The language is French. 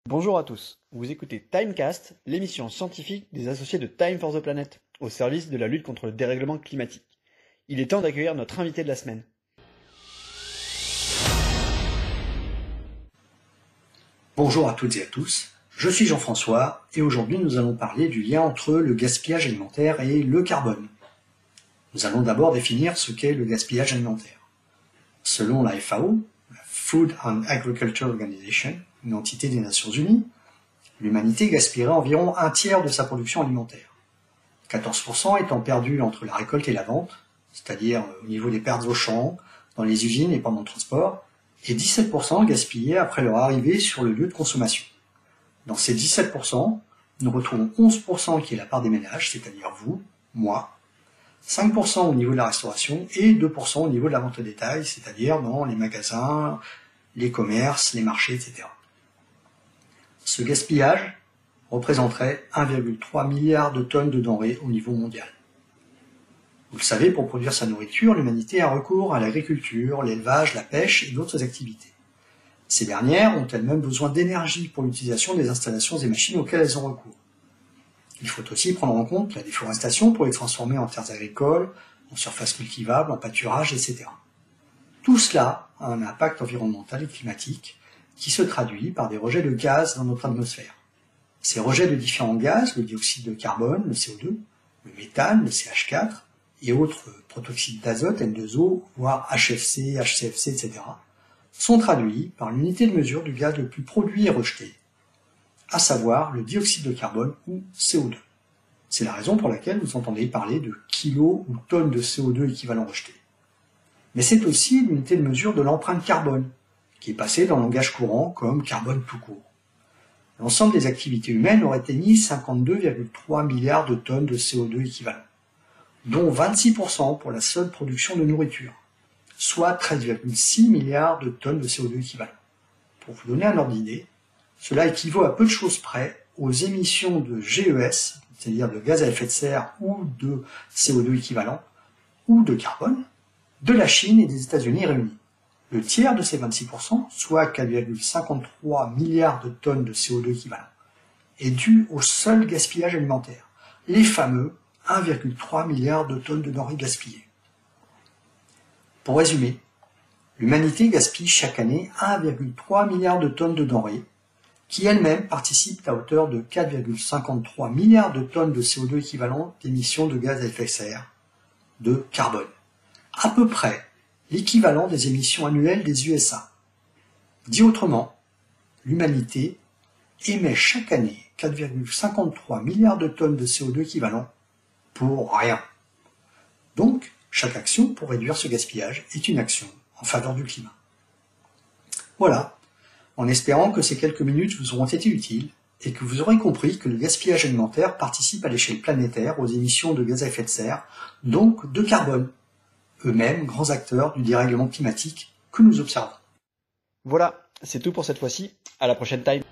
Bonjour à tous, vous écoutez Timecast, l'émission scientifique des associés de Time for the Planet, au service de la lutte contre le dérèglement climatique. Il est temps d'accueillir notre invité de la semaine. Bonjour à toutes et à tous, je suis Jean-François et aujourd'hui nous allons parler du lien entre le gaspillage alimentaire et le carbone. Nous allons d'abord définir ce qu'est le gaspillage alimentaire. Selon la FAO, la Food and Agriculture Organization, une entité des Nations Unies, l'humanité gaspillerait environ un tiers de sa production alimentaire. 14% étant perdu entre la récolte et la vente, c'est-à-dire au niveau des pertes au champ, dans les usines et pendant le transport, et 17% gaspillés après leur arrivée sur le lieu de consommation. Dans ces 17%, nous retrouvons 11% qui est la part des ménages, c'est-à-dire vous, moi, 5% au niveau de la restauration et 2% au niveau de la vente au détail, c'est-à-dire dans les magasins, les commerces, les marchés, etc. Ce gaspillage représenterait 1,3 milliard de tonnes de denrées au niveau mondial. Vous le savez, pour produire sa nourriture, l'humanité a recours à l'agriculture, l'élevage, la pêche et d'autres activités. Ces dernières ont elles-mêmes besoin d'énergie pour l'utilisation des installations et machines auxquelles elles ont recours. Il faut aussi prendre en compte la déforestation pour les transformer en terres agricoles, en surfaces cultivables, en pâturage, etc. Tout cela a un impact environnemental et climatique qui se traduit par des rejets de gaz dans notre atmosphère. Ces rejets de différents gaz, le dioxyde de carbone, le CO2, le méthane, le CH4 et autres protoxydes d'azote, N2O, voire HFC, HCFC, etc., sont traduits par l'unité de mesure du gaz le plus produit et rejeté, à savoir le dioxyde de carbone ou CO2. C'est la raison pour laquelle vous entendez parler de kilos ou tonnes de CO2 équivalent rejeté. Mais c'est aussi l'unité de mesure de l'empreinte carbone, qui est passée dans le langage courant comme carbone tout court. L'ensemble des activités humaines aurait émis 52,3 milliards de tonnes de CO2 équivalent, dont 26% pour la seule production de nourriture, soit 13,6 milliards de tonnes de CO2 équivalent. Pour vous donner un ordre d'idée, cela équivaut à peu de choses près aux émissions de GES, c'est-à-dire de gaz à effet de serre ou de CO2 équivalent, ou de carbone, de la Chine et des États-Unis réunis. Le tiers de ces 26%, soit 4,53 milliards de tonnes de CO2 équivalent, est dû au seul gaspillage alimentaire, les fameux 1,3 milliard de tonnes de denrées gaspillées. Pour résumer, l'humanité gaspille chaque année 1,3 milliard de tonnes de denrées, qui elles-mêmes participent à hauteur de 4,53 milliards de tonnes de CO2 équivalent d'émissions de gaz à effet de serre, de carbone. À peu près l'équivalent des émissions annuelles des USA. Dit autrement, l'humanité émet chaque année 4,53 milliards de tonnes de CO2 équivalent pour rien. Donc, chaque action pour réduire ce gaspillage est une action en faveur du climat. Voilà, en espérant que ces quelques minutes vous auront été utiles et que vous aurez compris que le gaspillage alimentaire participe à l'échelle planétaire aux émissions de gaz à effet de serre, donc de carbone, eux-mêmes grands acteurs du dérèglement climatique que nous observons. Voilà, c'est tout pour cette fois-ci, à la prochaine Time.